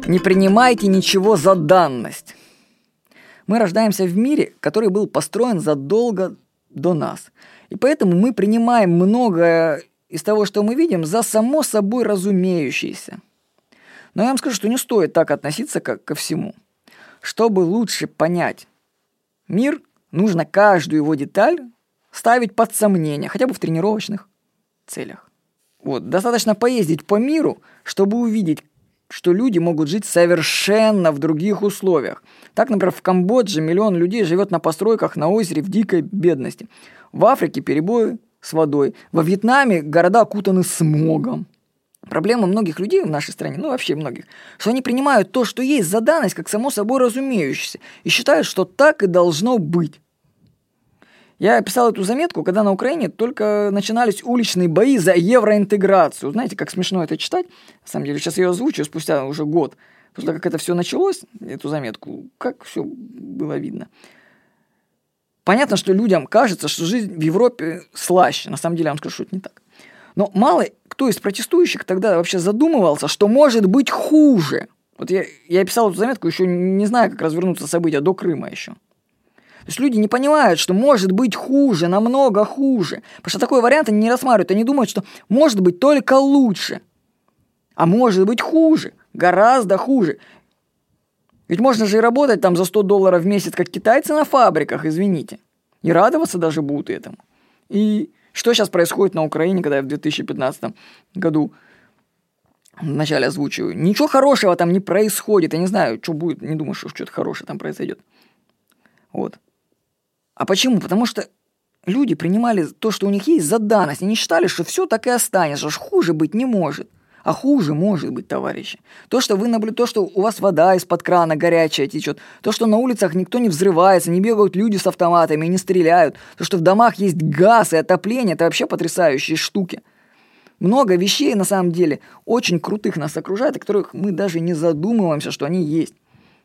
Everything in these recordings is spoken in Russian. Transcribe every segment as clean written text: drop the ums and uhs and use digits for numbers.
Не принимайте ничего за данность. Мы рождаемся в мире, который был построен задолго до нас. И поэтому мы принимаем многое из того, что мы видим, за само собой разумеющееся. Но я вам скажу, что не стоит так относиться ко всему. Чтобы лучше понять мир, нужно каждую его деталь ставить под сомнение, хотя бы в тренировочных целях. Вот. Достаточно поездить по миру, чтобы увидеть, что люди могут жить совершенно в других условиях. Так, например, в Камбодже 1 миллион людей живет на постройках на озере в дикой бедности. В Африке перебои с водой. Во Вьетнаме города окутаны смогом. Проблема многих людей в нашей стране, ну вообще многих, что они принимают то, что есть за данность, как само собой разумеющееся, и считают, что так и должно быть. Я писал эту заметку, когда на Украине только начинались уличные бои за евроинтеграцию. Знаете, как смешно это читать? На самом деле, сейчас я ее озвучу спустя уже год. После того, как это все началось, эту заметку, как все было видно. Понятно, что людям кажется, что жизнь в Европе слаще. На самом деле, я вам скажу, что это не так. Но мало кто из протестующих тогда вообще задумывался, что может быть хуже. Вот я писал эту заметку, еще не знаю, как развернуться события, до Крыма еще. То есть люди не понимают, что может быть хуже, намного хуже. Потому что такой вариант они не рассматривают. Они думают, что может быть только лучше. А может быть хуже, гораздо хуже. Ведь можно же и работать там за $100 в месяц, как китайцы на фабриках, извините. И радоваться даже будут этому. И что сейчас происходит на Украине, когда я в 2015 году вначале озвучиваю? Ничего хорошего там не происходит. Я не знаю, что будет, не думаю, что что-то хорошее там произойдет. Вот. А почему? Потому что люди принимали то, что у них есть, за данность. Они считали, что все так и останется, что хуже быть не может. А хуже может быть, товарищи. То, что вы наблюдаете, то, что у вас вода из-под крана горячая течет, то, что на улицах никто не взрывается, не бегают люди с автоматами и не стреляют, то, что в домах есть газ и отопление, это вообще потрясающие штуки. Много вещей, на самом деле, очень крутых нас окружает, о которых мы даже не задумываемся, что они есть.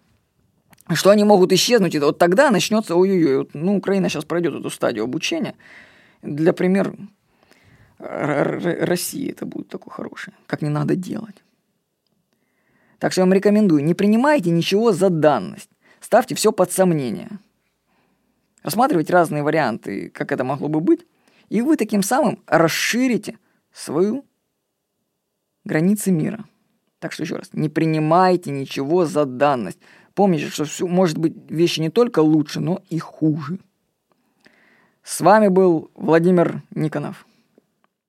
Что они могут исчезнуть, и вот тогда начнется ой-ой-ой. Вот, Украина сейчас пройдет эту стадию обучения. Для примера, России это будет такой хороший, как не надо делать. Так что я вам рекомендую, не принимайте ничего за данность. Ставьте все под сомнение. Рассматривайте разные варианты, как это могло бы быть, и вы таким самым расширите свою границы мира. Так что еще раз, не принимайте ничего за данность. Помните, что все, может быть, вещи не только лучше, но и хуже. С вами был Владимир Никонов.